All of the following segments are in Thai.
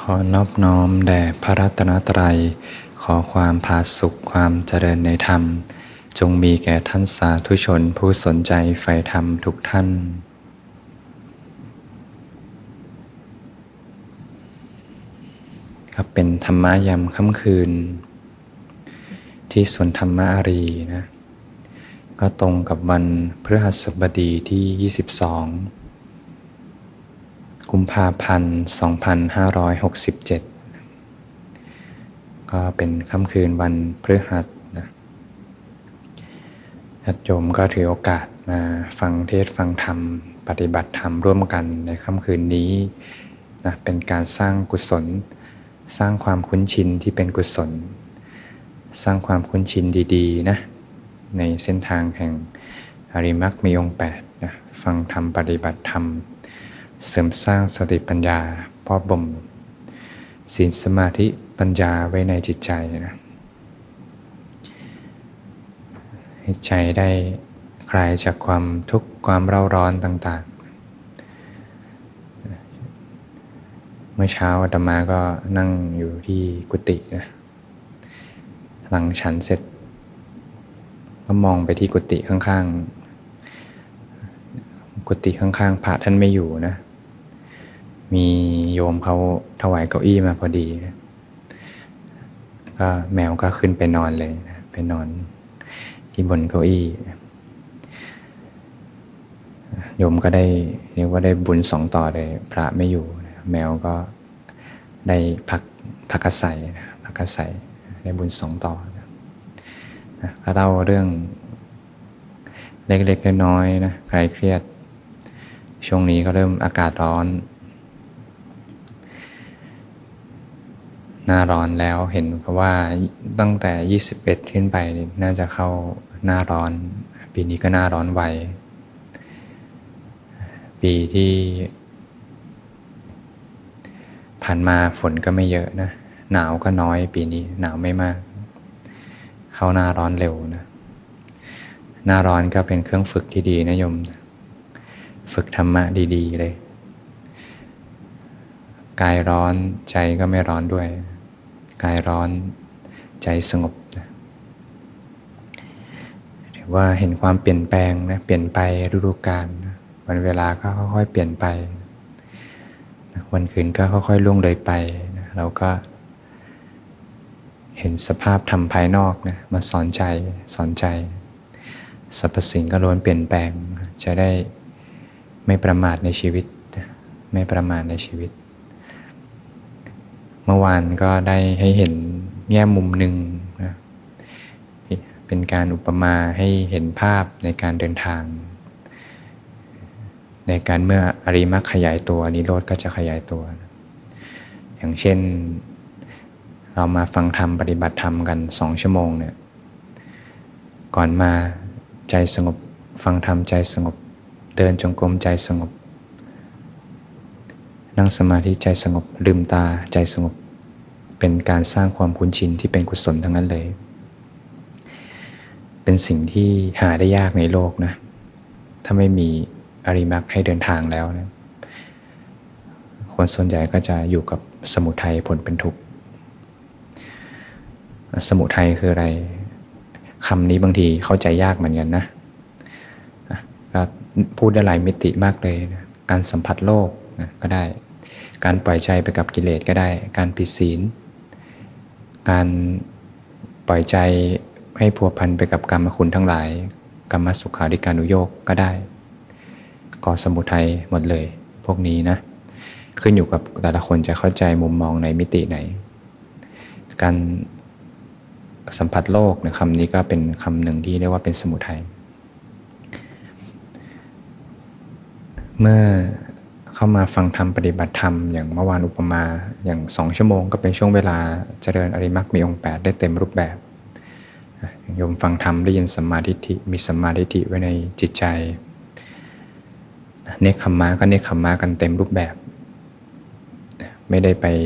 ขอนอบน้อมแด่พระรัตนตรัยขอความผาสุกความเจริญในธรรมจงมีแก่ท่านสาธุชนผู้สนใจใฝ่ธรรมทุกท่านครับเป็นธรรมะยามค่ำคืนที่สวนธรรมอารีนะก็ตรงกับวันพฤหัสบดีที่22กุมภาพันธ์2567ก็เป็นค่ำคืนวันพฤหัสนะญาติโยมก็ถือโอกาสมาฟังเทศน์ฟังธรรมปฏิบัติธรรมร่วมกันในค่ำคืนนี้นะเป็นการสร้างกุศลสร้างความคุ้นชินที่เป็นกุศลสร้างความคุ้นชินดีๆนะในเส้นทางแห่งอริยมรรคมีองค์8นะฟังธรรมปฏิบัติธรรมเสริมสร้างสติปัญญาเพาะบ่มศีลสมาธิปัญญาไว้ในจิตใจนะให้ใจได้คลายจากความทุกข์ความเร่าร้อนต่างๆเมื่อเช้าอาตมาก็นั่งอยู่ที่กุฏินะหลังฉันเสร็จก็มองไปที่กุฏิข้างๆกุฏิข้างๆพระท่านไม่อยู่นะมีโยมเขาถวายเก้าอี้มาพอดีก็แมวก็ขึ้นไปนอนเลยนะไปนอนที่บนเก้าอี้โยมก็ได้เรียกว่าได้บุญ2 ต่อเลยพระไม่อยู่แมวก็ได้พักอาศัยได้บุญ2 ต่อก็เล่าเรื่องเล็กๆน้อยๆนะใครเครียดช่วงนี้ก็เริ่มอากาศร้อนหน้าร้อนแล้วเห็นว่าตั้งแต่21ขึ้นไปน่าจะเข้าหน้าร้อนปีนี้ก็หน้าร้อนไวปีที่ผ่านมาฝนก็ไม่เยอะนะหนาวก็น้อยปีนี้หนาวไม่มากเข้าหน้าร้อนเร็วนะหน้าร้อนก็เป็นเครื่องฝึกที่ดีนะโยมฝึกธรรมะดีๆเลยกายร้อนใจก็ไม่ร้อนด้วยกายร้อนใจสงบนะถือว่าเห็นความเปลี่ยนแปลงนะเปลี่ยนไปฤดูกาลนะวันเวลาก็ค่อยๆเปลี่ยนไปนะวันคืนก็ค่อยๆล่วงเลยไปนะเราก็เห็นสภาพธรรมภายนอกนะมาสอนใจสรรพสิ่งก็ล้วนเปลี่ยนแปลงจะได้ไม่ประมาทในชีวิตไม่ประมาทในชีวิตเมื่อวานก็ได้ให้เห็นแง่มุมหนึ่งนะเป็นการอุปมาให้เห็นภาพในการเดินทางในการเมื่ออริยมรรคขยายตัวนิโรธก็จะขยายตัวอย่างเช่นเรามาฟังธรรมปฏิบัติธรรมกัน2 ชั่วโมงเนี่ยก่อนมาใจสงบฟังธรรมใจสงบเดินจงกรมใจสงบนั่งสมาธิใจสงบลืมตาใจสงบเป็นการสร้างความคุ้นชินที่เป็นกุศลทั้งนั้นเลยเป็นสิ่งที่หาได้ยากในโลกนะถ้าไม่มีอริยมรรคให้เดินทางแล้วนะคนส่วนใหญ่ก็จะอยู่กับสมุทัยผลเป็นทุกข์สมุทัยคืออะไรคำนี้บางทีเข้าใจยากเหมือนกันนะก็พูดได้หลายมิติมากเลยนะการสัมผัสโลกนะก็ได้การปล่อยใจไปกับกิเลสก็ได้การผิดศีลการปล่อยใจให้พัวพันไปกับกรรมคุณทั้งหลายกรรมสุขาริการุโยคก็ได้ก่อสมุทัยหมดเลยพวกนี้นะขึ้นอยู่กับแต่ละคนจะเข้าใจมุมมองในมิติไหนการสัมผัสโลกนะคำนี้ก็เป็นคำหนึ่งที่เรียกว่าเป็นสมุทัยเมื่อเข้ามาฟังธรรมปฏิบัติธรรมอย่างเมื่อวานอุปมาอย่าง2 ชั่วโมงก็เป็นช่วงเวลาเจริญอริยมรรคมีองค์8ได้เต็มรูปแบบโยมฟังธรรมได้ยินสัมมาทิฏฐิมีสัมมาทิฏฐิไว้ในจิตใจเนคขัมมะก็เนคขัมมะกันเต็มรูปแบบไม่ได้ไป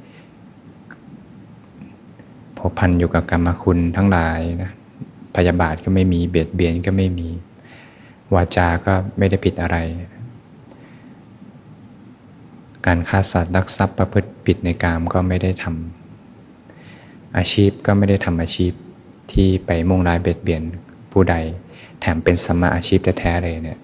พัวพันอยู่กับกรรมคุณทั้งหลายนะพยาบาทก็ไม่มีเบียดเบียนก็ไม่มีวาจาก็ไม่ได้ผิดอะไรการฆ่าสัตว์ลักทรัพย์ประพฤติผิดในกามก็ไม่ได้ทำอาชีพก็ไม่ได้ทำอาชีพที่ไปมุ่งร้ายเบียดเบียนผู้ใดแถมเป็นสัมมาอาชีพแท้ๆเลยเนี่ย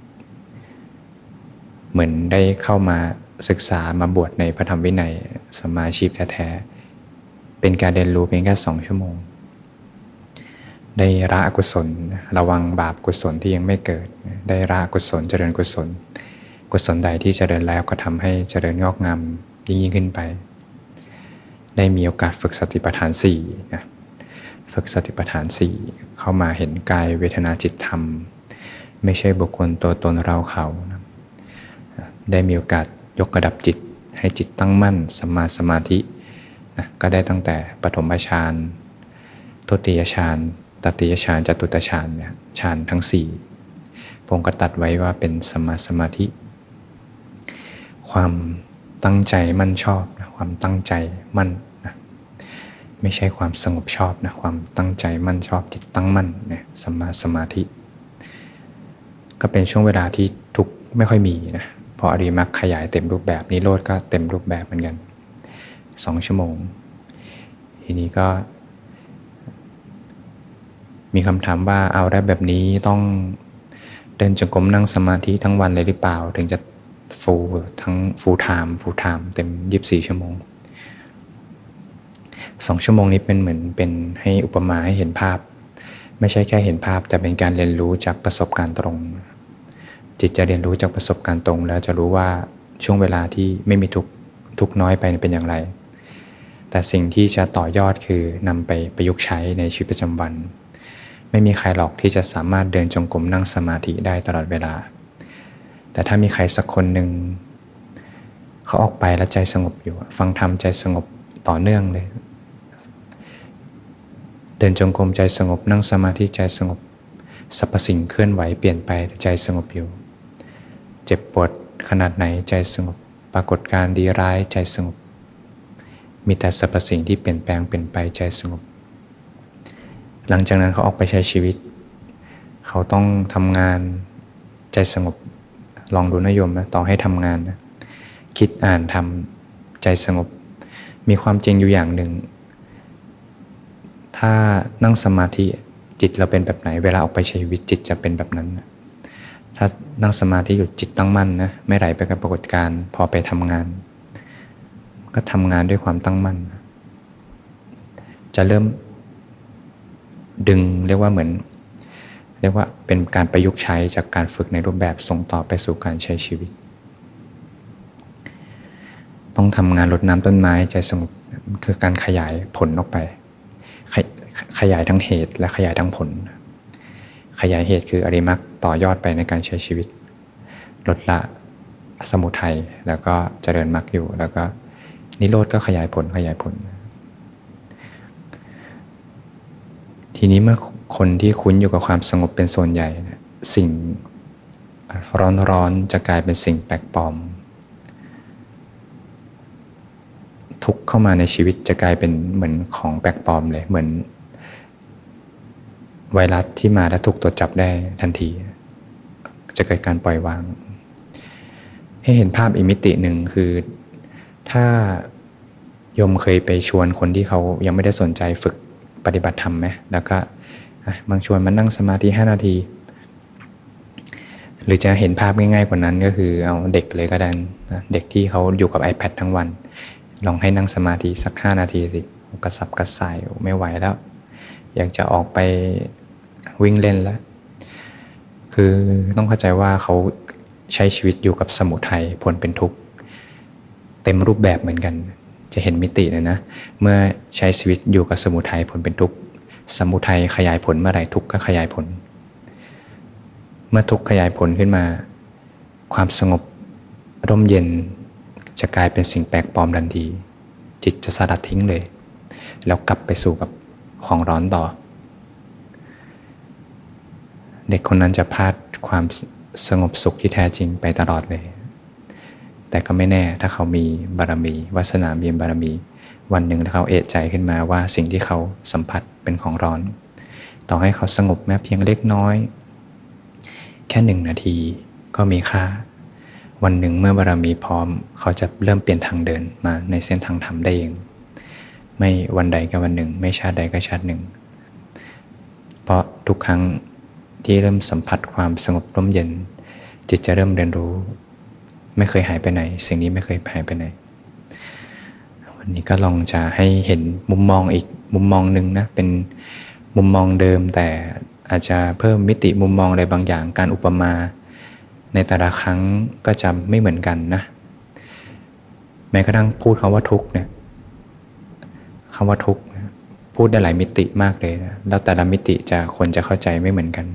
เหมือนได้เข้ามาศึกษามาบวชในพระธรรมวินัยสัมมาอาชีพแท้ๆเป็นการเรียนรู้เพียงแค่2 ชั่วโมงได้ละอกุศลระวังบาปกุศลที่ยังไม่เกิดได้ละกุศลเจริญกุศลกุศลใดที่เจริญแล้วก็ทำให้เจริญงอกงามยิ่งขึ้นไปได้มีโอกาสฝึกสติปัฏฐาน4นะฝึกสติปัฏฐาน4เข้ามาเห็นกายเวทนาจิตธรรมไม่ใช่บุคคลตัวตนเราเขานะได้มีโอกาสยกระดับจิตให้จิตตั้งมั่นสัมมาสมาธินะก็ได้ตั้งแต่ปฐมฌานทุติยฌานตติยฌานจตุตฌานเนี่ยฌานทั้ง4พงศ์ก็ตัดไว้ว่าเป็นสัมมาสมาธิความตั้งใจมั่นชอบนะความตั้งใจมั่นนะไม่ใช่ความสงบชอบนะความตั้งใจมั่นชอบจิตตั้งมั่นเนี่ยสัมมาสมาธิก็เป็นช่วงเวลาที่ทุกข์ไม่ค่อยมีนะพออริยมรรคขยายเต็มรูปแบบนิโรธก็เต็มรูปแบบเหมือนกัน2 ชั่วโมงทีนี้ก็มีคำถามว่าเอาได้แบบนี้ต้องเดินจงกรมนั่งสมาธิทั้งวันเลยหรือเปล่าถึงจะฟูลไทม์เต็ม24 ชั่วโมง2 ชั่วโมงนี้เป็นเหมือนเป็นให้อุปมาให้เห็นภาพไม่ใช่แค่เห็นภาพแต่เป็นการเรียนรู้จากประสบการณ์ตรงจิตจะเรียนรู้จากประสบการณ์ตรงแล้วจะรู้ว่าช่วงเวลาที่ไม่มีทุกน้อยไปเป็นอย่างไรแต่สิ่งที่จะต่อยอดคือนำไปประยุกต์ใช้ในชีวิตประจำวันไม่มีใครหรอกที่จะสามารถเดินจงกรมนั่งสมาธิได้ตลอดเวลาแต่ถ้ามีใครสักคนหนึ่งเขาออกไปแล้วใจสงบอยู่ฟังธรรมใจสงบต่อเนื่องเลยเดินจงกรมใจสงบนั่งสมาธิใจสงบสรรพสิ่งเคลื่อนไหวเปลี่ยนไปใจสงบอยู่เจ็บปวดขนาดไหนใจสงบปรากฏการณ์ดีร้ายใจสงบมีแต่สรรพสิ่งที่เปลี่ยนแปลงเป็นไปใจสงบหลังจากนั้นเขาออกไปใช้ชีวิตเขาต้องทำงานใจสงบลองดูนะโยมนะต่อให้ทำงานนะคิดอ่านทำใจสงบมีความจริงอยู่อย่างหนึ่งถ้านั่งสมาธิจิตเราเป็นแบบไหนเวลาออกไปใช้ชีวิตจิตจะเป็นแบบนั้นนะถ้านั่งสมาธิอยู่จิตตั้งมั่นนะไม่ไหลไปกับปรากฏการณ์พอไปทำงานก็ทำงานด้วยความตั้งมั่นจะเริ่มดึงเรียกว่าเหมือนเรียกว่าเป็นการประยุกต์ใช้จากการฝึกในรูปแบบส่งต่อไปสู่การใช้ชีวิตต้องทำงานรดน้ำต้นไม้ใจสงบคือการขยายผลออกไปขยายทั้งเหตุและขยายทั้งผลขยายเหตุคืออริยมรรคต่อยอดไปในการใช้ชีวิตลดละสมุทัยแล้วก็เจริญมรรคอยู่แล้วก็นิโรธก็ขยายผลทีนี้เมื่อคนที่คุ้นอยู่กับความสงบเป็นส่วนใหญ่สิ่งร้อนจะกลายเป็นสิ่งแปลกปลอมทุกข์เข้ามาในชีวิตจะกลายเป็นเหมือนของแปลกปลอมเลยเหมือนไวรัสที่มาแล้วถูกตรวจจับได้ทันทีจะเกิดการปล่อยวางให้เห็นภาพอีกมิติหนึ่งคือถ้าโยมเคยไปชวนคนที่เขายังไม่ได้สนใจฝึกปฏิบัติธรรมไหมแล้วก็บางชวนมานั่งสมาธิ5 นาทีหรือจะเห็นภาพง่ายๆกว่านั้นก็คือเอาเด็กเลยก็ได้เด็กที่เขาอยู่กับ iPad ทั้งวันลองให้นั่งสมาธิสัก5 นาทีสิกระสับกระส่ายไม่ไหวแล้วอยากจะออกไปวิ่งเล่นแล้วคือต้องเข้าใจว่าเขาใช้ชีวิตอยู่กับสมุทัยผลเป็นทุกข์เต็มรูปแบบเหมือนกันจะเห็นมิติเลยนะเมื่อใช้ชีวิตอยู่กับสมุทัยผลเป็นทุกข์สมุทัยขยายผลเมื่อไหร่ทุกข์ก็ขยายผลเมื่อทุกข์ขยายผลขึ้นมาความสงบร่มเย็นจะกลายเป็นสิ่งแปลกปลอมทันทีจิตจะสลัดทิ้งเลยแล้วกลับไปสู่กับของร้อนต่อเด็กคนนั้นจะพลาดความสงบสุขที่แท้จริงไปตลอดเลยแต่ก็ไม่แน่ถ้าเขามีบารมีวาสนามีบารมีวันหนึ่งถ้าเขาเอะใจขึ้นมาว่าสิ่งที่เขาสัมผัสเป็นของร้อนต่อให้เขาสงบแม้เพียงเล็กน้อยแค่1 นาทีก็มีค่าวันหนึ่งเมื่อบารมีพร้อมเขาจะเริ่มเปลี่ยนทางเดินมาในเส้นทางธรรมได้เองไม่วันใดก็วันหนึ่งไม่ชาติใดก็ชาติหนึ่งเพราะทุกครั้งที่เริ่มสัมผัสความสงบร่มเย็นจิตจะเริ่มเรียนรู้ไม่เคยหายไปไหนสิ่งนี้ไม่เคยหายไปไหนวันนี้ก็ลองจะให้เห็นมุมมองอีกมุมมองหนึ่งนะเป็นมุมมองเดิมแต่อาจจะเพิ่มมิติมุมมองอะไรบางอย่างการอุปมาในแต่ละครั้งก็จะไม่เหมือนกันนะแม้กระทั่งพูดคำว่าทุกข์เนี่ยคำว่าทุกข์พูดได้หลายมิติมากเลยนะแล้วแต่ละมิติคนจะเข้าใจไม่เหมือนกัน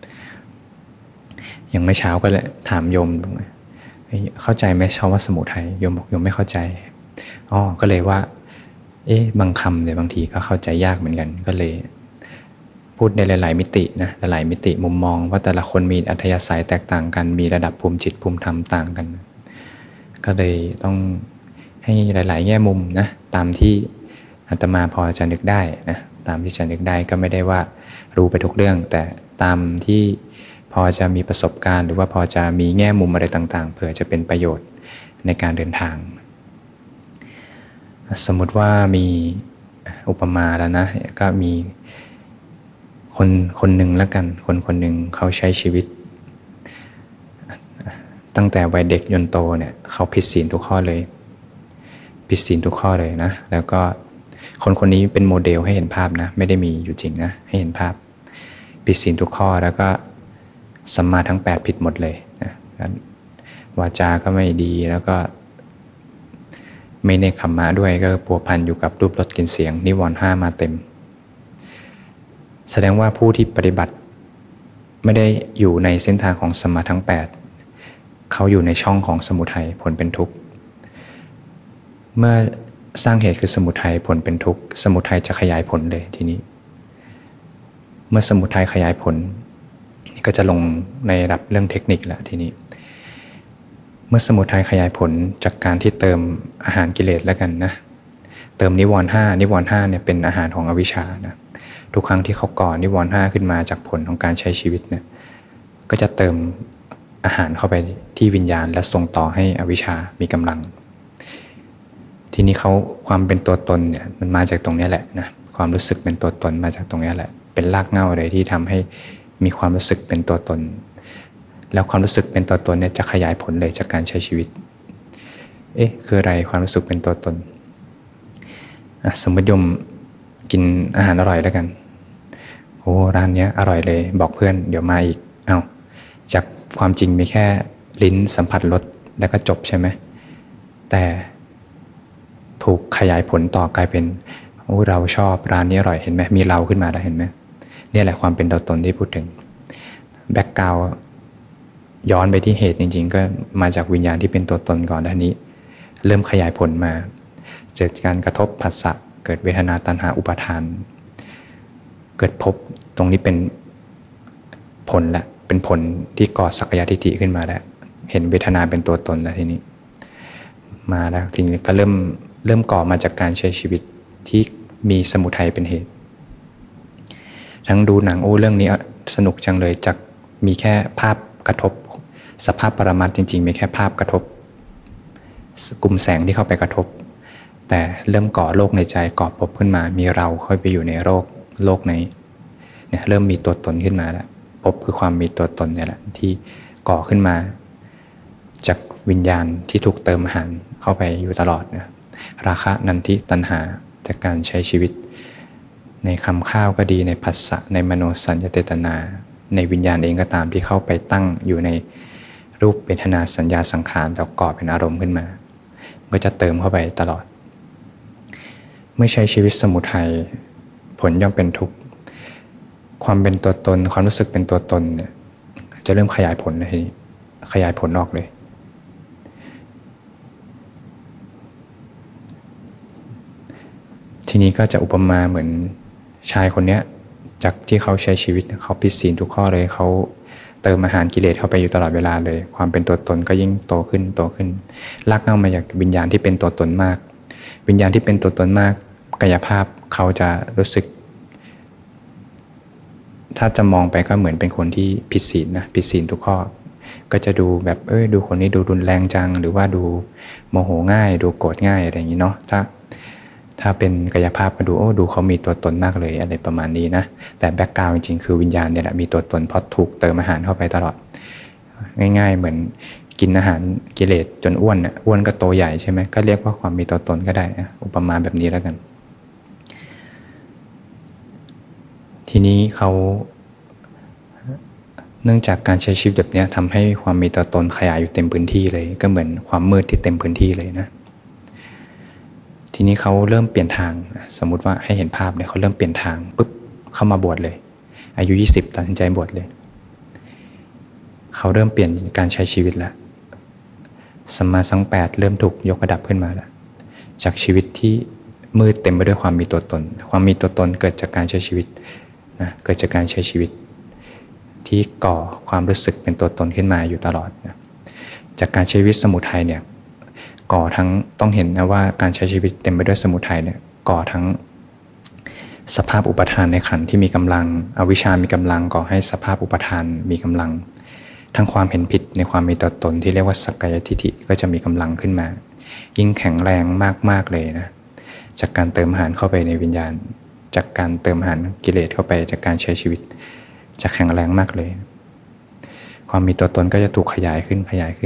อย่างเมื่อเช้าก็เลยถามโยมเข้าใจไหมคำว่าสมุทัยโยมบอกโยมไม่เข้าใจก็เลยว่าบางคำเนี่ยบางทีก็เข้าใจยากเหมือนกันก็เลยพูดในหลายๆมิตินะหลายมิติมุมมองว่าแต่ละคนมีอัธยาศัยแตกต่างกันมีระดับภูมิจิตภูมิธรรมต่างกันก็เลยต้องให้หลายๆแง่มุมนะตามที่อาตมาพอจะนึกได้นะตามที่จะนึกได้ก็ไม่ได้ว่ารู้ไปทุกเรื่องแต่ตามที่พอจะมีประสบการณ์หรือว่าพอจะมีแง่มุมอะไรต่างๆเผื่อจะเป็นประโยชน์ในการเดินทางสมมุติว่ามีอุปมาแล้วนะก็มีคนหนึ่งแล้วกันคนหนึ่งเขาใช้ชีวิตตั้งแต่วัยเด็กจนโตเนี่ยเขาผิดศีลทุกข้อเลยผิดศีลทุกข้อเลยนะแล้วก็คนนี้เป็นโมเดลให้เห็นภาพนะไม่ได้มีอยู่จริงนะให้เห็นภาพผิดศีลทุกข้อแล้วก็สัมมาทั้ง8ผิดหมดเลยนะวาจาก็ไม่ดีแล้วก็ไม่เนกขัมมะด้วยก็พัวพันอยู่กับรูปรสกลิ่นเสียงนิวรณ์5มาเต็มแสดงว่าผู้ที่ปฏิบัติไม่ได้อยู่ในเส้นทางของสัมมาทั้ง8เขาอยู่ในช่องของสมุทัยผลเป็นทุกข์เมื่อสร้างเหตุคือสมุทัยผลเป็นทุกข์สมุทัยจะขยายผลเลยทีนี้เมื่อสมุทัยขยายผลนี่ก็จะลงในระดับเรื่องเทคนิคละทีนี้เมื่อสมุทัยขยายผลจากการที่เติมอาหารกิเลสแล้วกันนะเติมนิวรณ์5เนี่ยเป็นอาหารของอวิชชานะทุกครั้งที่เขาก่อนิวรณ์5ขึ้นมาจากผลของการใช้ชีวิตเนี่ยก็จะเติมอาหารเข้าไปที่วิญญาณและส่งต่อให้อวิชชามีกำลังทีนี้เขาความเป็นตัวตนเนี่ยมันมาจากตรงนี้แหละนะความรู้สึกเป็นตัวตนมาจากตรงนี้แหละเป็นรากเหง้าเลยที่ทำให้มีความรู้สึกเป็นตัวตนแล้วความรู้สึกเป็นตัวตนเนี่ยจะขยายผลเลยจากการใช้ชีวิตคืออะไรความรู้สึกเป็นตัวตนสมมติโยมกินอาหารอร่อยแล้วกันร้านนี้อร่อยเลยบอกเพื่อนเดี๋ยวมาอีกจากความจริงมีแค่ลิ้นสัมผัสรสแล้วก็จบใช่ไหมแต่ถูกขยายผลต่อกลายเป็นเราชอบร้านนี้อร่อยเห็นไหมมีเราขึ้นมาแล้วเห็นไหมนี่แหละความเป็นตัวตนที่พูดถึงแบ็คกราวด์ย้อนไปที่เหตุจริงๆก็มาจากวิญญาณที่เป็นตัวตนก่อนด้านนี้เริ่มขยายผลมาเกิดการกระทบผัสสะเกิดเวทนาตัณหาอุปาทานเกิดภพตรงนี้เป็นผลละเป็นผลที่ก่อสักยทิฏฐิขึ้นมาแล้วเห็นเวทนาเป็นตัวตนแล้วทีนี้มาแล้วทีนี้ก็เริ่มก่อมาจากการใช้ชีวิตที่มีสมุทัยเป็นเหตุทั้งดูหนังเรื่องนี้สนุกจังเลยจากมีแค่ภาพกระทบสภาพปรมัตถ์จริงๆมีแค่ภาพกระทบกลุ่มแสงที่เข้าไปกระทบแต่เริ่มก่อโลกในใจก่อภพขึ้นมามีเราค่อยไปอยู่ในโลกในเนี่ยเริ่มมีตัวตนขึ้นมาแล้วภพคือความมีตัวตนเนี่ยแหละที่ก่อขึ้นมาจากวิญญาณที่ถูกเติมอาหารเข้าไปอยู่ตลอดนะราคะนันทิตัณหาจากการใช้ชีวิตในคำข้าวก็ดีในผัสสะในมโนสัญญาเจตนาในวิญญาณเองก็ตามที่เข้าไปตั้งอยู่ในรูปเวทนาสัญญาสังขารแล้วก่อเป็นอารมณ์ขึ้นมาก็จะเติมเข้าไปตลอดเมื่อใช้ชีวิตสมุทัยผลย่อมเป็นทุกข์ความเป็นตัวตนความรู้สึกเป็นตัวตนเนี่ยจะเริ่มขยายผลเลยขยายผลออกเลยทีนี้ก็จะอุปมาเหมือนชายคนนี้จากที่เขาใช้ชีวิตเขาผิดศีลทุกข้อเลยเขาเติมอาหารกิเลสเข้าไปอยู่ตลอดเวลาเลยความเป็นตัวตนก็ยิ่งโตขึ้นรากเหง้ามาจากวิญญาณที่เป็นตัวตนมากวิญญาณที่เป็นตัวตนมากกายภาพเขาจะรู้สึกถ้าจะมองไปก็เหมือนเป็นคนที่ผิดศีลนะผิดศีลทุกข้อก็จะดูแบบดูคนนี้ดูรุนแรงจังหรือว่าดูโมโหง่ายดูโกรธง่ายอะไรอย่างนี้เนาะถ้าเป็นกายภาพก็ดูเขามีตัวตนมากเลยอะไรประมาณนี้นะแต่แบ็กกราวด์จริงๆคือวิญญาณเนี่ยแหละมีตัวตนเพราะถูกเติมอาหารเข้าไปตลอดง่ายๆเหมือนกินอาหารกิเลสจนอ้วนน่ะอ้วนก็โตใหญ่ใช่ไหมก็เรียกว่าความมีตัวตนก็ได้อุปมาแบบนี้แล้วกันทีนี้เขาเนื่องจากการใช้ชีวิตแบบนี้ทำให้ความมีตัวตนขยายอยู่เต็มพื้นที่เลยก็เหมือนความมืดที่เต็มพื้นที่เลยนะทีนี้เขาเริ่มเปลี่ยนทางสมมุติว่าให้เห็นภาพเนี่ยเขาเริ่มเปลี่ยนทางปุ๊บเข้ามาบวชเลยอายุ20ตัดสินใจบวชเลยเขาเริ่มเปลี่ยนการใช้ชีวิตแล้วสัมมาสังแปดเริ่มถูกยกระดับขึ้นมาแล้วจากชีวิตที่มืดเต็มไปด้วยความมีตัวตนความมีตัวตนเกิดจากการใช้ชีวิตนะเกิดจากการใช้ชีวิตที่ก่อความรู้สึกเป็นตัวตนขึ้นมาอยู่ตลอดนะจากการใช้ชีวิตสมุทัยเนี่ยก่อทั้งต้องเห็นนะว่าการใช้ชีวิตเต็มไปด้วยสมุทัยเนี่ยก่อทั้งสภาพอุปทานในขันธ์ที่มีกำลังอวิชชามีกำลังก่อให้สภาพอุปทานมีกำลังทั้งความเห็นผิดในความมีตัวตนที่เรียกว่าสักกายทิฏฐิก็จะมีกำลังขึ้นมายิ่งแข็งแรงมากๆเลยนะจากการเติมอาหารเข้าไปในวิญญาณจากการเติมอาหารกิเลสเข้าไปจากการใช้ชีวิตจะแข็งแรงมากเลยความมีตัวตนก็จะถูกขยายขึ้น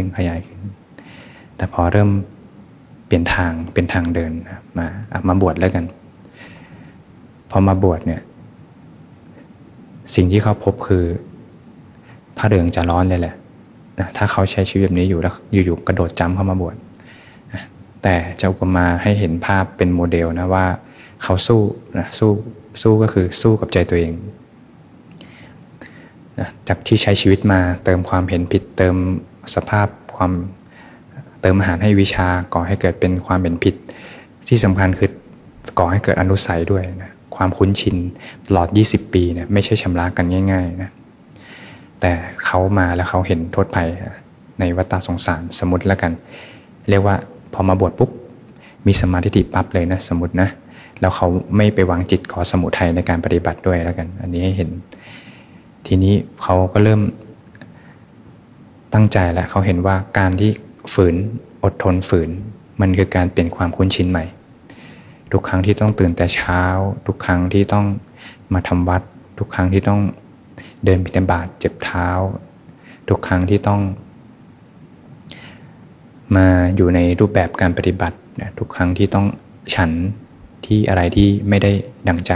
แต่พอเริ่มเปลี่ยนทางเป็นทางเดินมาบวชแล้วกันพอมาบวชเนี่ยสิ่งที่เขาพบคือพระเหลืองจะร้อนเลยแหละนะถ้าเขาใช้ชีวิตแบบนี้อยู่แล้วอยู่ๆกระโดดจ้ำเข้ามาบวชแต่จะอุปมาให้เห็นภาพเป็นโมเดลนะว่าเขาสู้ก็คือสู้กับใจตัวเองนะจากที่ใช้ชีวิตมาเติมความเห็นผิดเติมสภาพความเติมอาหารให้วิชาก่อให้เกิดเป็นความเห็นผิดที่สำคัญคือก่อให้เกิดอนุสัยด้วยนะความคุ้นชินตลอด20 ปีเนี่ยไม่ใช่ชำระกันง่ายๆนะแต่เขามาแล้วเขาเห็นโทษภัยในวัฏสงสารสมมติแล้วกันเรียกว่าพอมาบวชปุ๊บมีสมาธิปั๊บเลยนะสมมตินะแล้วเขาไม่ไปวางจิตก่อสมุทัยในการปฏิบัติด้วยแล้วกันอันนี้ให้เห็นทีนี้เขาก็เริ่มตั้งใจแล้วเขาเห็นว่าการที่ฝืนอดทนฝืนมันคือการเปลี่ยนความคุ้นชินใหม่ทุกครั้งที่ต้องตื่นแต่เช้าทุกครั้งที่ต้องมาทำวัดทุกครั้งที่ต้องเดินบิณฑบาตเจ็บเท้าทุกครั้งที่ต้องมาอยู่ในรูปแบบการปฏิบัติทุกครั้งที่ต้องฉันที่อะไรที่ไม่ได้ดังใจ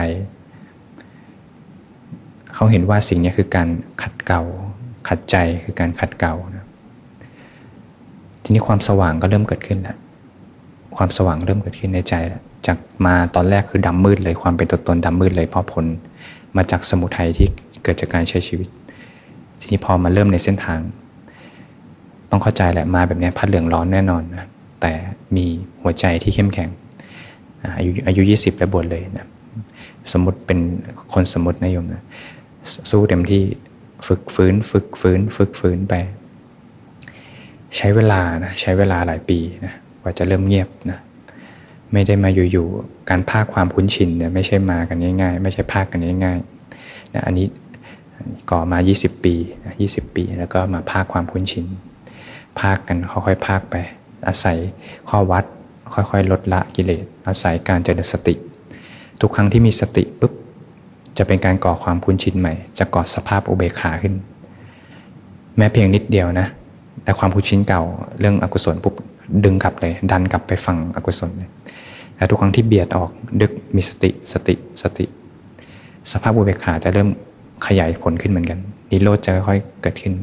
เขาเห็นว่าสิ่งนี้คือการขัดเกลาขัดใจคือการขัดเกลานะทีนี้ความสว่างก็เริ่มเกิดขึ้นแล้วความสว่างเริ่มเกิดขึ้นในใจแล้วจากมาตอนแรกคือดำมืดเลยความเป็นตัวตนดำมืดเลยเพราะผลมาจากสมุทัยที่เกิดจากการใช้ชีวิตทีนี้พอมาเริ่มในเส้นทางต้องเข้าใจแหละมาแบบนี้พัดเหลืองร้อนแน่นอนนะแต่มีหัวใจที่เข้มแข็งอายุ20แล้วบวชเลยนะสมมติเป็นคนสมมตินะโยมนะสู้เต็มที่ฝึกฟื้นไปใช้เวลาหลายปีนะกว่าจะเริ่มเงียบนะไม่ได้มาอยู่ๆการพากความคุ้นชินเนี่ยไม่ใช่มากันง่ายๆไม่ใช่พากกันง่ายๆนะอันนี้ก่อมา20 ปีแล้วก็มาพากความคุ้นชินพากกันค่อยๆพากไปอาศัยข้อวัดค่อยๆลดละกิเลสอาศัยการเจริญสติทุกครั้งที่มีสติปุ๊บจะเป็นการก่อความคุ้นชินใหม่จะก่อสภาพอุเบกขาขึ้นแม้เพียงนิดเดียวนะแต่ความคุ้นชินเก่าเรื่องอกุศลปุ๊บดึงกลับเลยดันกลับไปฝั่งอกุศลเลยแต่ทุกครั้งที่เบียดออกดึกมีสติสภาพอุเบกขาจะเริ่มขยายผลขึ้นเหมือนกันนิโรธจะค่อยเกิดขึ้น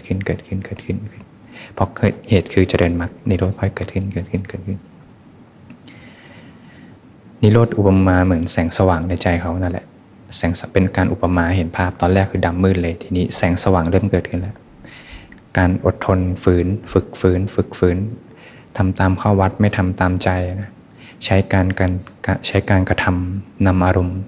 เพราะเหตุคือเจริญมรรคนิโรธค่อยเกิดขึ้นนิโรธอุปมาเหมือนแสงสว่างในใจเขานั่นแหละแสงเป็นการอุปมาเห็นภาพตอนแรกคือดำมืดเลยทีนี้แสงสว่างเริ่มเกิดขึ้นแล้วการอดทนฝืนฝึกฝืนทำตามข้อวัดไม่ทำตามใจนะใช้การกระทำนำอารมณ์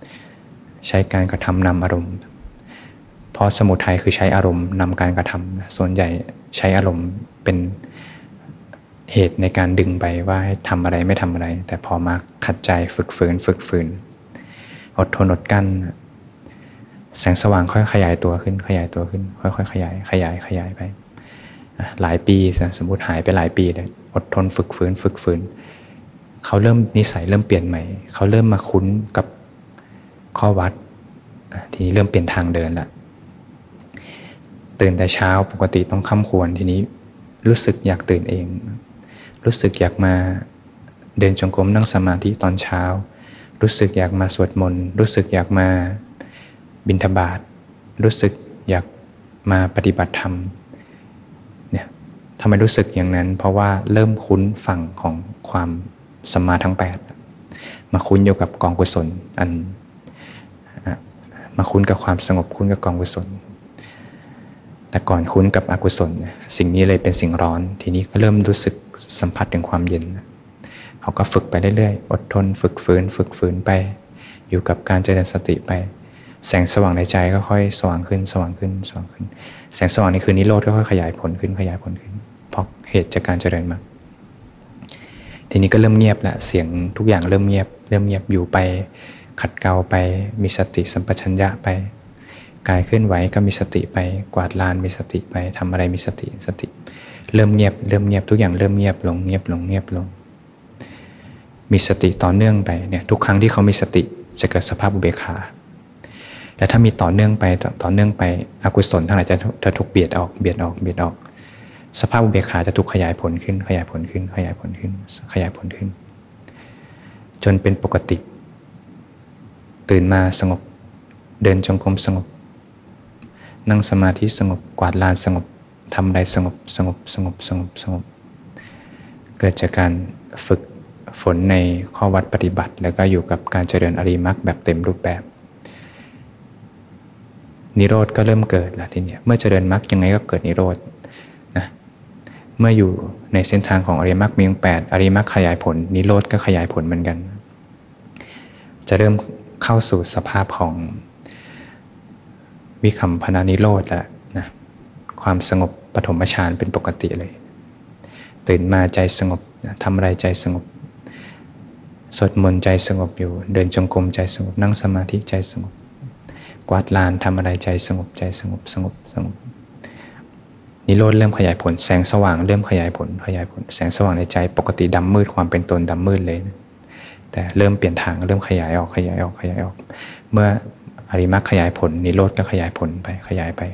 เพราะสมุทัยคือใช้อารมณ์นำการกระทำส่วนใหญ่ใช้อารมณ์เป็นเหตุในการดึงไปว่าให้ทำอะไรไม่ทำอะไรแต่พอมาขัดใจฝึกฝืนอดทนอดกั้นแสงสว่างค่อยขยายตัวขึ้นค่อยๆขยายไปหลายปีสมมติหายไปหลายปีเลยอดทนฝึกฝืนเขาเริ่มนิสัยเริ่มเปลี่ยนใหม่เขาเริ่มมาคุ้นกับข้อวัดทีนี้เริ่มเปลี่ยนทางเดินละตื่นแต่เช้าปกติต้องค่ำควรทีนี้รู้สึกอยากตื่นเองรู้สึกอยากมาเดินจงกรมนั่งสมาธิตอนเช้ารู้สึกอยากมาสวดมนต์รู้สึกอยากมาบิณฑบาตรู้สึกอยากมาปฏิบัติธรรมเนี่ยทำไมรู้สึกอย่างนั้นเพราะว่าเริ่มคุ้นฝั่งของความสัมมาทั้ง8มาคุ้นอยู่กับกองกุศลมาคุ้นกับความสงบคุ้นกับกองกุศลแต่ก่อนคุ้นกับอกุศลสิ่งนี้เลยเป็นสิ่งร้อนทีนี้ก็เริ่มรู้สึกสัมผัสถึงความเย็นเขาก็ฝึกไปเรื่อยๆอดทนฝึกฝืนไปอยู่กับการเจริญสติไปแสงสว่างในใจก็ค่อยสว่างขึ้นแสงสว่างในคืนนิโรธก็ค่อยขยายผลขึ้นเพราะเหตุจากการเจริญมากทีนี้ก็เริ่มเงียบละเสียงทุกอย่างเริ่มเงียบอยู่ไปขัดเกลาไปมีสติสัมปชัญญะไปกายเคลื่อนไหวก็มีสติไปกวาดลานมีสติไปทำอะไรมีสติเริ่มเงียบทุกอย่างเริ่มเงียบลงมีสติต่อเนื่องไปเนี่ยทุกครั้งที่เขามีสติจะเกิดสภาพอุเบกขาและถ้ามีต่อเนื่องไปอกุศลทั้งหลายจะถูกเบียดออกสภาพอุเบกขาจะถูกขยายผลขึ้นจนเป็นปกติตื่นมาสงบเดินจงกรมสงบนั่งสมาธิสงบกวาดลานสงบทำใดสงบเกิดจากการฝึกฝนในข้อวัดปฏิบัติแล้วก็อยู่กับการเจริญอริยมรรคแบบเต็มรูปแบบนิโรธก็เริ่มเกิดแล้วทีนี้เมื่อเจริญมรรคยังไงก็เกิดนิโรธนะเมื่ออยู่ในเส้นทางของอริยมรรคมีองค์8อริยมรรคขยายผลนิโรธก็ขยายผลเหมือนกันจะเริ่มเข้าสู่สภาพของวิคัมภนานิโรธแล้วนะความสงบปฐมฌานเป็นปกติเลยตื่นมาใจสงบทำอะไรใจสงบสวดมนต์ใจสงบอยู่เดินจงกรมใจสงบนั่งสมาธิใจสงบกวาดลานทำอะไรใจสงบนิโรธเริ่มขยายผลแสงสว่างเริ่มขยายผลแสงสว่างในใจปกติดำมืดความเป็นตนดำมืดเลยนะแต่เริ่มเปลี่ยนทางเริ่มขยายออกเมื่ออริยมรรคขยายผลนิโรธก็ขยายผลไปขยายไป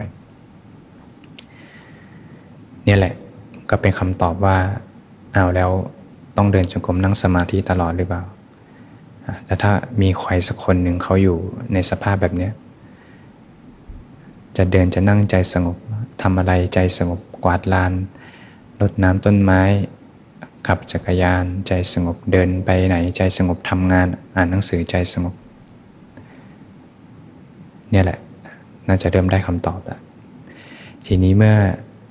เนี่ยแหละก็เป็นคำตอบว่าแล้วต้องเดินจงกรมนั่งสมาธิตลอดหรือเปล่าแต่ถ้ามีใครสักคนหนึ่งเขาอยู่ในสภาพแบบนี้จะเดินจะนั่งใจสงบทำอะไรใจสงบกวาดลานรดน้ำต้นไม้ขับจักรยานใจสงบเดินไปไหนใจสงบทำงานอ่านหนังสือใจสงบเนี่ยแหละน่าจะเริ่มได้คำตอบแล้วทีนี้เมื่อ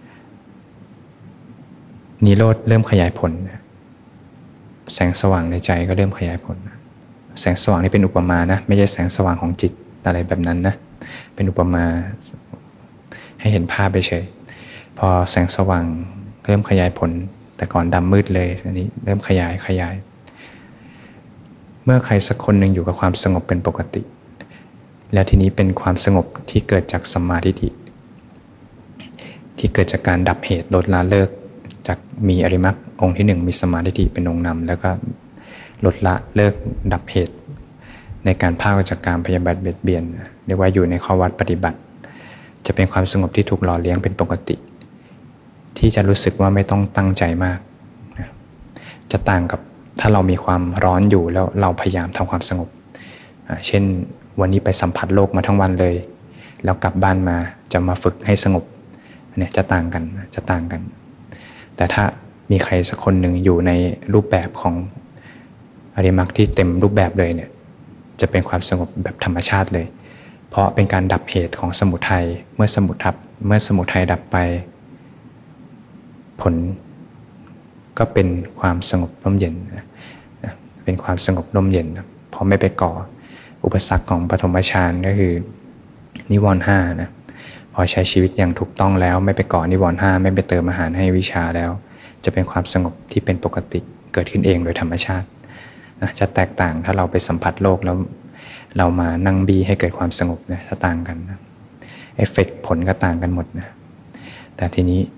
นิโรธเริ่มขยายผลแสงสว่างในใจก็เริ่มขยายผลแสงสว่างนี่เป็นอุปมานะไม่ใช่แสงสว่างของจิตอะไรแบบนั้นนะเป็นอุปมาให้เห็นภาพไปเฉยพอแสงสว่างเริ่มขยายผลแต่ก่อนดำมืดเลยอันนี้เริ่มขยายเมื่อใครสักคนหนึ่งอยู่กับความสงบเป็นปกติแล้วทีนี้เป็นความสงบที่เกิดจากสัมมาทิฏฐิที่เกิดจากการดับเหตุลดละเลิกจากมีอริยมรรคองค์ที่1มีสัมมาทิฏฐิเป็นองค์นำแล้วก็ลดละเลิกดับเหตุในการพากจากการพยาบาทเบียดเบียนเรียกว่าอยู่ในข้อวัดปฏิบัติจะเป็นความสงบที่ถูกหล่อเลี้ยงเป็นปกติที่จะรู้สึกว่าไม่ต้องตั้งใจมากจะต่างกับถ้าเรามีความร้อนอยู่แล้วเราพยายามทำความสงบเช่นวันนี้ไปสัมผัสโลกมาทั้งวันเลยแล้วกลับบ้านมาจะมาฝึกให้สงบเนี่ยจะต่างกันแต่ถ้ามีใครสักคนหนึ่งอยู่ในรูปแบบของอริยมรรคที่เต็มรูปแบบเลยเนี่ยจะเป็นความสงบแบบธรรมชาติเลยเพราะเป็นการดับเหตุของสมุทัยเมื่อสมุทัยดับไปผลก็เป็นความสงบร่มเย็นเป็นความสงบร่มเย็นเพราะไม่ไปก่ออุปสรรคของปฐมฌานก็คือนิวรณ์5นะพอใช้ชีวิตอย่างถูกต้องแล้วไม่ไปก่อนิวรณ์5ไม่ไปเติมอาหารให้วิชาแล้วจะเป็นความสงบที่เป็นปกติเกิดขึ้นเองโดยธรรมชาตินะจะแตกต่างถ้าเราไปสัมผัสโลกแล้วเรามานั่งบีให้เกิดความสงบนะจะต่างกันนะเอฟเฟกต์ผลก็ต่างกันหมดนะแต่ทีนี้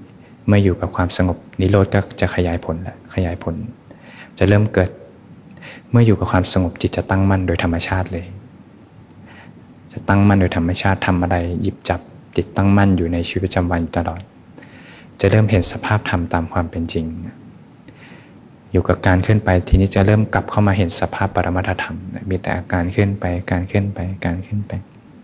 เมื่ออยู่กับความสงบนิโรธก็จะขยายผลและขยายผลจะเริ่มเกิดเมื่ออยู่กับความสงบจิตจะตั้งมั่นโดยธรรมชาติเลยจะตั้งมั่นโดยธรรมชาติทำอะไรหยิบจับจิตตั้งมั่นอยู่ในชีวิตประจำวันตลอดจะเริ่มเห็นสภาพธรรมตามความเป็นจริงอยู่กับการเคลื่อนไปทีนี้จะเริ่มกลับเข้ามาเห็นสภาพปรมัตถธรรมมีแต่อาการเคลื่อนไปการเคลื่อนไปการเคลื่อนไป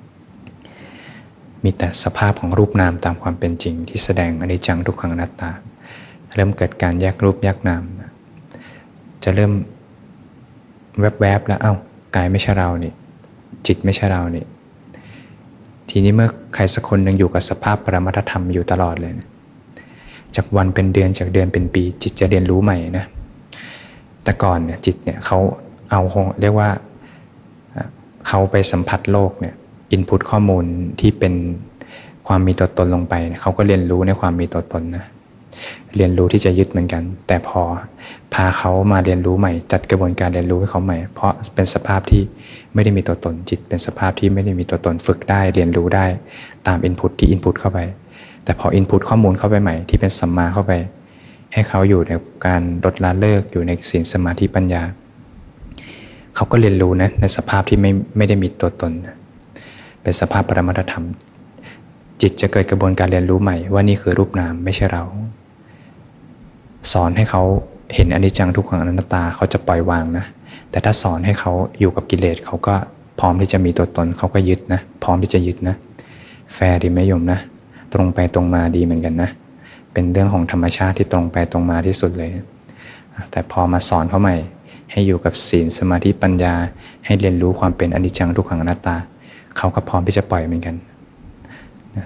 มีแต่สภาพของรูปนามตามความเป็นจริงที่แสดงอนิจจังทุกขังอนัตตาเริ่มเกิดการแยกรูปแยกนามจะเริ่มแวบๆแล้วกายไม่ใช่เรานี่จิตไม่ใช่เรานี่ทีนี้เมื่อใครสักคนหนึ่งอยู่กับสภาพปรมัตถธรรมอยู่ตลอดเลยนะจากวันเป็นเดือนจากเดือนเป็นปีจิตจะเรียนรู้ใหม่นะแต่ก่อนเนี่ยจิตเนี่ยเขาเรียกว่าเขาไปสัมผัสโลกเนี่ยอินพุตข้อมูลที่เป็นความมีตัวตนลงไปเขาก็เรียนรู้ในความมีตัวตนนะเรียนรู้ที่จะยึดเหมือนกันแต่พอพาเขามาเรียนรู้ใหม่จัดกระบวนการเรียนรู้ให้เขาใหม่เพราะเป็นสภาพที่ไม่ได้มีตัวตนจิตเป็นสภาพที่ไม่ได้มีตัวตนฝึกได้เรียนรู้ได้ตามอินพุตที่อินพุตเข้าไปแต่พออินพุตข้อมูลเข้าไปใหม่ที่เป็นสัมมาเข้าไปให้เขาอยู่ในการลดละเลิกอยู่ในศีลสมาธิปัญญาเขาก็เรียนรู้นะในสภาพที่ไม่ได้มีตัวตนเป็นสภาพปรมัตถธรรมจิตจะเกิดกระบวนการเรียนรู้ใหม่ว่านี่คือรูปนามไม่ใช่เราสอนให้เขาเห็นอนิจจังทุกขังอนัตตาเขาจะปล่อยวางนะแต่ถ้าสอนให้เขาอยู่กับกิเลสเขาก็พร้อมที่จะมีตัวตนเขาก็ยึดนะพร้อมที่จะยึดนะแฟร์ดีไหมโยมนะตรงไปตรงมาดีเหมือนกันนะเป็นเรื่องของธรรมชาติที่ตรงไปตรงมาที่สุดเลยแต่พอมาสอนเขาใหม่ให้อยู่กับศีลสมาธิปัญญาให้เรียนรู้ความเป็นอนิจจังทุกขังอนัตตาเขาก็พร้อมที่จะปล่อยเหมือนกันนะ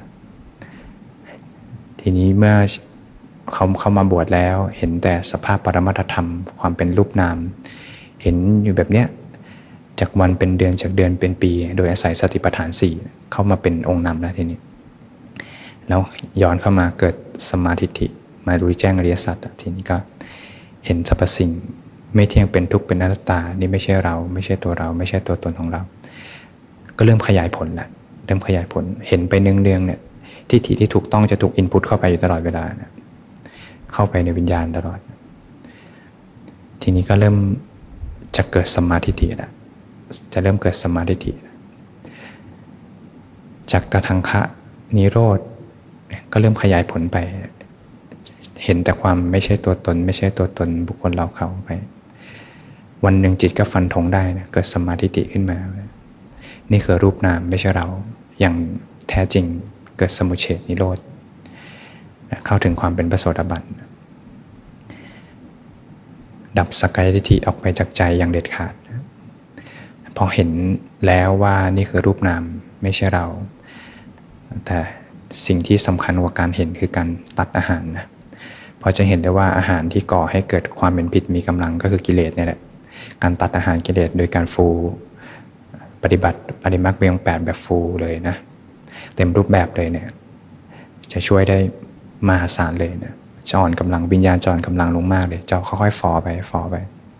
ทีนี้เมื่อเขามาบวชแล้วเห็นแต่สภาพปรมัตถธรรมความเป็นรูปนามเห็นอยู่แบบเนี้ยจากวันเป็นเดือนจากเดือนเป็นปีโดยอาศัยสติปัฏฐาน4เข้ามาเป็นองค์นำแล้วทีนี้แล้วย้อนเข้ามาเกิดสมาธิิมารู้แจ้งอริยสัจทีนี้ก็เห็นสรรพสิ่งไม่เที่ยงเป็นทุกข์เป็นอนัตตานี่ไม่ใช่เราไม่ใช่ตัวเราไม่ใช่ตัวตนของเราก็เริ่มขยายผลละเริ่มขยายผลเห็นไปเนืองๆเนี่ยทิฏฐิที่ถูกต้องจะถูกอินพุตเข้าไปอยู่ตลอดเวลานะเข้าไปในวิญญาณตลอดทีนี้ก็เริ่มจะเกิดสัมมาทิฏฐิแล้วจะเริ่มเกิดสัมมาทิฏฐิจากตทังคะนิโรธก็เริ่มขยายผลไปเห็นแต่ความไม่ใช่ตัวตนไม่ใช่ตัวตนบุคคลเราเขาไปวันหนึ่งจิตก็ฟันธงได้นะเกิดสัมมาทิฏฐิขึ้นมานี่คือรูปนามไม่ใช่เราอย่างแท้จริงเกิดสมุจเฉทนิโรธเข้าถึงความเป็นพระโสดาบันดับสักกายทิฏฐิออกไปจากใจอย่างเด็ดขาดพอเห็นแล้วว่านี่คือรูปนามไม่ใช่เราแต่สิ่งที่สำคัญกว่าการเห็นคือการตัดอาหารนะพอจะเห็นได้ว่าอาหารที่ก่อให้เกิดความเป็นพิษมีกำลังก็คือกิเลสเนี่ยแหละการตัดอาหารกิเลสโดยการฟูปฏิบัติปฏิมรรคเบียง8แบบฟูเลยนะเต็มรูปแบบเลยเนี่ยจะช่วยได้มหาศาลเลยนะจะอ่อนกำลังวิญญาณจะอ่อนกำลังลงมากเลยจะค่อยๆฝ่อไป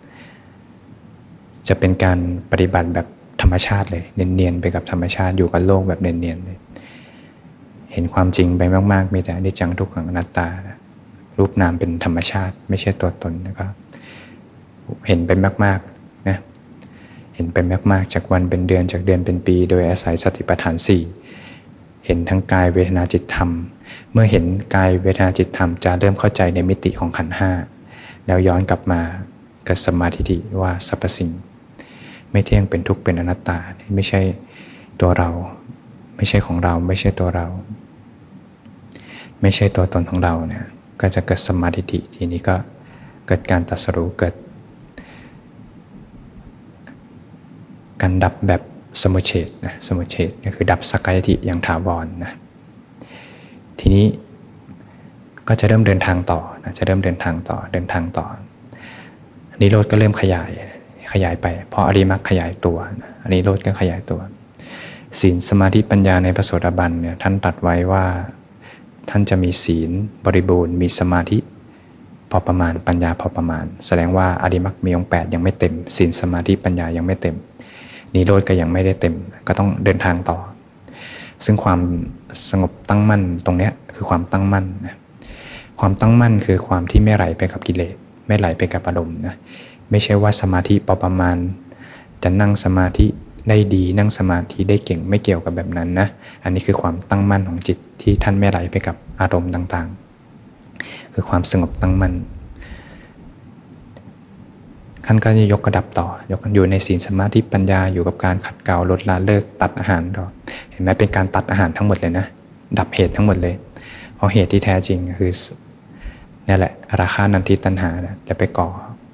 จะเป็นการปฏิบัติแบบธรรมชาติเลยเนียนๆไปกับธรรมชาติอยู่กับโลกแบบเนียนๆเลยเห็นความจริงไปมากๆมีแต่อนิจจังทุกขังอนัตตารูปนามเป็นธรรมชาติไม่ใช่ตัวตนนะครับเห็นไปมากๆนะเห็นไปมากๆจากวันเป็นเดือนจากเดือนเป็นปีโดยอาศัยสติปัฏฐาน4เห็นทั้งกายเวทนาจิตธรรมเมื่อเห็นกายเวทนาจิตธรรมจะเริ่มเข้าใจในมิติของขันธ์5แล้วย้อนกลับมาเกิดสัมมาทิฏฐิว่าสรรพสิ่งไม่เที่ยงเป็นทุกข์เป็นอนัตตาไม่ใช่ตัวเราไม่ใช่ของเราไม่ใช่ตัวเราไม่ใช่ตัวตนของเราเนี่ยก็จะเกิดสัมมาทิฏฐิทีนี้ก็เกิดการตรัสรู้เกิดการดับแบบสมุจเฉทนะสมุจเฉทก็คือดับสักกายทิฏฐิอย่างถาวรนะทีนี้ก็จะเริ่มเดินทางต่อนะจะเริ่มเดินทางต่อนิโรธก็เริ่มขยายไปเพราะอริยมรรคขยายตัวนิโรธก็ขยายตัวศีลสมาธิปัญญาในพระโสดาบันเนี่ยท่านตรัสไว้ว่าท่านจะมีศีลบริบูรณ์มีสมาธิพอประมาณปัญญาพอประมาณแสดงว่าอริยมรรคมีองค์8ยังไม่เต็มศีลสมาธิปัญญายังไม่เต็มนิโรธก็ยังไม่ได้เต็มก็ต้องเดินทางต่อซึ่งความสงบตั้งมั่นตรงนี้คือความตั้งมั่นนะความตั้งมั่นคือความที่ไม่ไหลไปกับกิเลสไม่ไหลไปกับอารมณ์นะไม่ใช่ว่าสมาธิพอประมาณจะนั่งสมาธิได้ดีนั่งสมาธิได้เก่งไม่เกี่ยวกับแบบนั้นนะอันนี้คือความตั้งมั่นของจิตที่ท่านไม่ไหลไปกับอารมณ์ต่างๆคือความสงบตั้งมั่นท่านก็จะยกระดับต่อยกอยู่ในศีลสมาธิปัญญาอยู่กับการขัดเกลาลดละเลิกตัดอาหารต่อเห็นไหมเป็นการตัดอาหารทั้งหมดเลยนะดับเหตุทั้งหมดเลยเพราะเหตุที่แท้จริงคือนี่แหละราคะนันทิตัณหาจะไปก่อ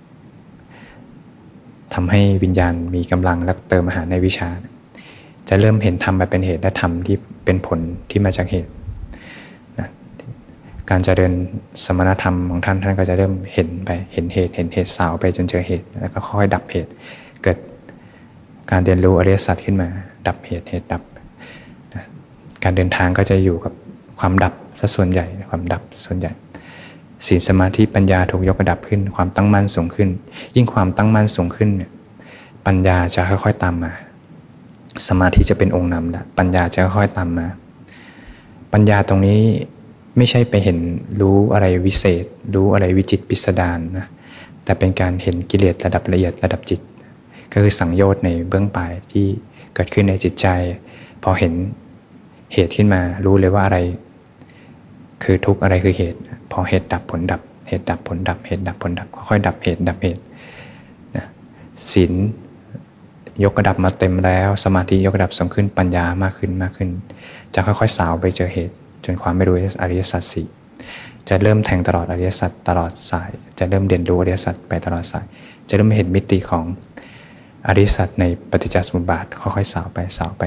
ทำให้วิญญาณมีกำลังและเติมอาหารในวิชาจะเริ่มเห็นธรรมมาเป็นเหตุและธรรมที่เป็นผลที่มาจากเหตุนะการเจริญสมณธรรมของท่านก็จะเริ่มเห็นไปเห็นเหตุสาวไปจนเจอเหตุแล้วก็ค่อยดับเหตุเกิดการเรียนรู้อริยสัจขึ้นมาดับเหตุดับนะการเดินทางก็จะอยู่กับความดับซะส่วนใหญ่ความดับส่วนใหญ่ศีลสมาธิปัญญาถูกยกระดับขึ้นความตั้งมั่นสูงขึ้นยิ่งความตั้งมั่นสูงขึ้นเนี่ยปัญญาจะค่อยๆตามมาสมาธิจะเป็นองค์นำแล้วปัญญาจะค่อยๆตามมาปัญญาตรงนี้ไม่ใช่ไปเห็นรู้อะไรวิเศษรู้อะไรวิจิตรพิสดารนะแต่เป็นการเห็นกิเลสระดับละเอียดระดับจิตก็คือสังโยชน์ในเบื้องปลายที่เกิดขึ้นในจิตใจพอเห็นเหตุขึ้นมารู้เลยว่าอะไรคือทุกข์อะไรคือเหตุพอเหตุดับผลดับเหตุดับผลดับเหตุดับผลดับค่อยๆดับเหตุดับเหตุนะศีลยกระดับมาเต็มแล้วสมาธิยกระดับสูงขึ้นปัญญามากขึ้นจะค่อยๆสาวไปเจอเหตุจนความไม่รู้อริยสัจสี่จะเริ่มแทงตลอดอริยสัจตลอดสายจะเริ่มเรียนรู้อริยสัจไปตลอดสายจะเริ่มเห็นมิติของอริยสัจในปฏิจจสมุปบาทค่อยๆสาวไป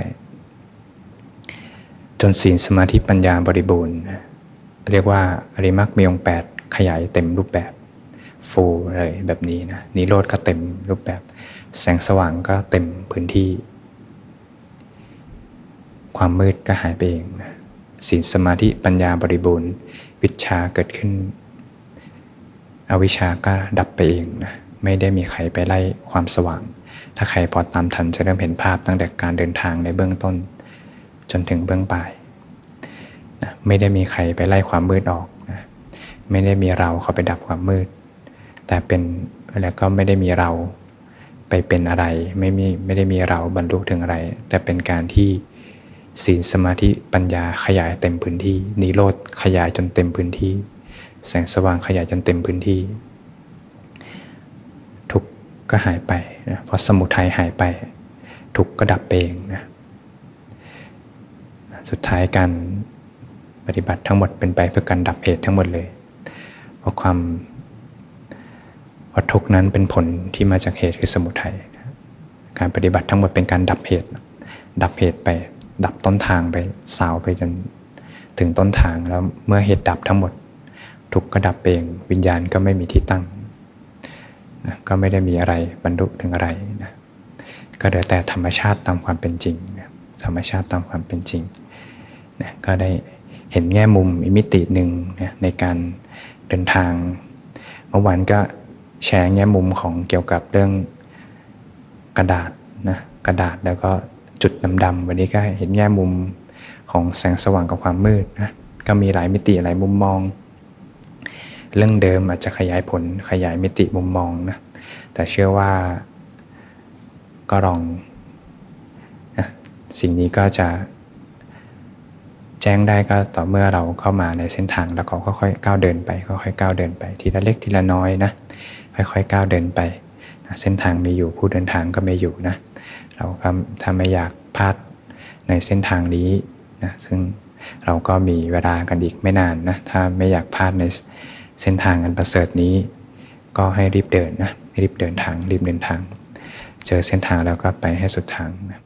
จนศีลสมาธิปัญญาบริบูรณ์เรียกว่าอริมักมีองค์8ขยายเต็มรูปแบบฟูลเลยแบบนี้นะนิโรธก็เต็มรูปแบบแสงสว่างก็เต็มพื้นที่ความมืดก็หายไปเองนะศีลสมาธิปัญญาบริบูรณ์วิชาเกิดขึ้นอวิชชาก็ดับไปเองนะไม่ได้มีใครไปไล่ความสว่างถ้าใครพอตามทันจะเริ่มเห็นภาพตั้งแต่การเดินทางในเบื้องต้นจนถึงเบื้องปลายนะไม่ได้มีใครไปไล่ความมืดออกนะไม่ได้มีเราเข้าไปดับความมืดแต่เป็นแล้วก็ไม่ได้มีเราไปเป็นอะไรไม่ได้มีเราบรรลุถึงอะไรแต่เป็นการที่ศีลสมาธิปัญญาขยายเต็มพื้นที่นิโรธขยายจนเต็มพื้นที่แสงสว่างขยายจนเต็มพื้นที่ทุกข์ก็หายไปนะพอสมุทัยหายไปทุกข์ก็ดับเองนะสุดท้ายการปฏิบัติทั้งหมดเป็นไปเพื่อการดับเหตุทั้งหมดเลยเพราะทุกข์นั้นเป็นผลที่มาจากเหตุคือสมุทัยการปฏิบัติทั้งหมดเป็นการดับเหตุไปดับต้นทางไปสาวไปจนถึงต้นทางแล้วเมื่อเหตุดับทั้งหมดทุกข์ก็ดับเองวิญญาณก็ไม่มีที่ตั้งนะก็ไม่ได้มีอะไรบรรลุถึงอะไรนะก็เหลือแต่ธรรมชาติตามความเป็นจริงนะธรรมชาติตามความเป็นจริงนะก็ได้เห็นแง่มุมอีกมิติหนึ่งนะในการเดินทางเมื่อวานก็แชร์แง่มุมของเกี่ยวกับเรื่องกระดาษแล้วก็จุดดำๆวันนี้ก็เห็นแง่มุมของแสงสว่างกับความมืดนะก็มีหลายมิติหลายมุมมองเรื่องเดิมอาจจะขยายผลขยายมิติมุมมองนะแต่เชื่อว่าก็ลองนะสิ่งนี้ก็จะแจ้งได้ก็ต่อเมื่อเราเข้ามาในเส้นทางแล้วก็ค่อยๆก้าวเดินไปค่อยๆก้าวเดินไปทีละเล็กทีละน้อยนะค่อยๆก้าวเดินไปนะเส้นทางมีอยู่ผู้เดินทางก็ไม่อยู่นะเราก็ถ้าไม่อยากพลาดในเส้นทางนี้นะซึ่งเราก็มีเวลากันอีกไม่นานนะถ้าไม่อยากพลาดในเส้นทางอันประเสริฐนี้ก็ให้รีบเดินนะรีบเดินทางเจอเส้นทางแล้วก็ไปให้สุดทางนะ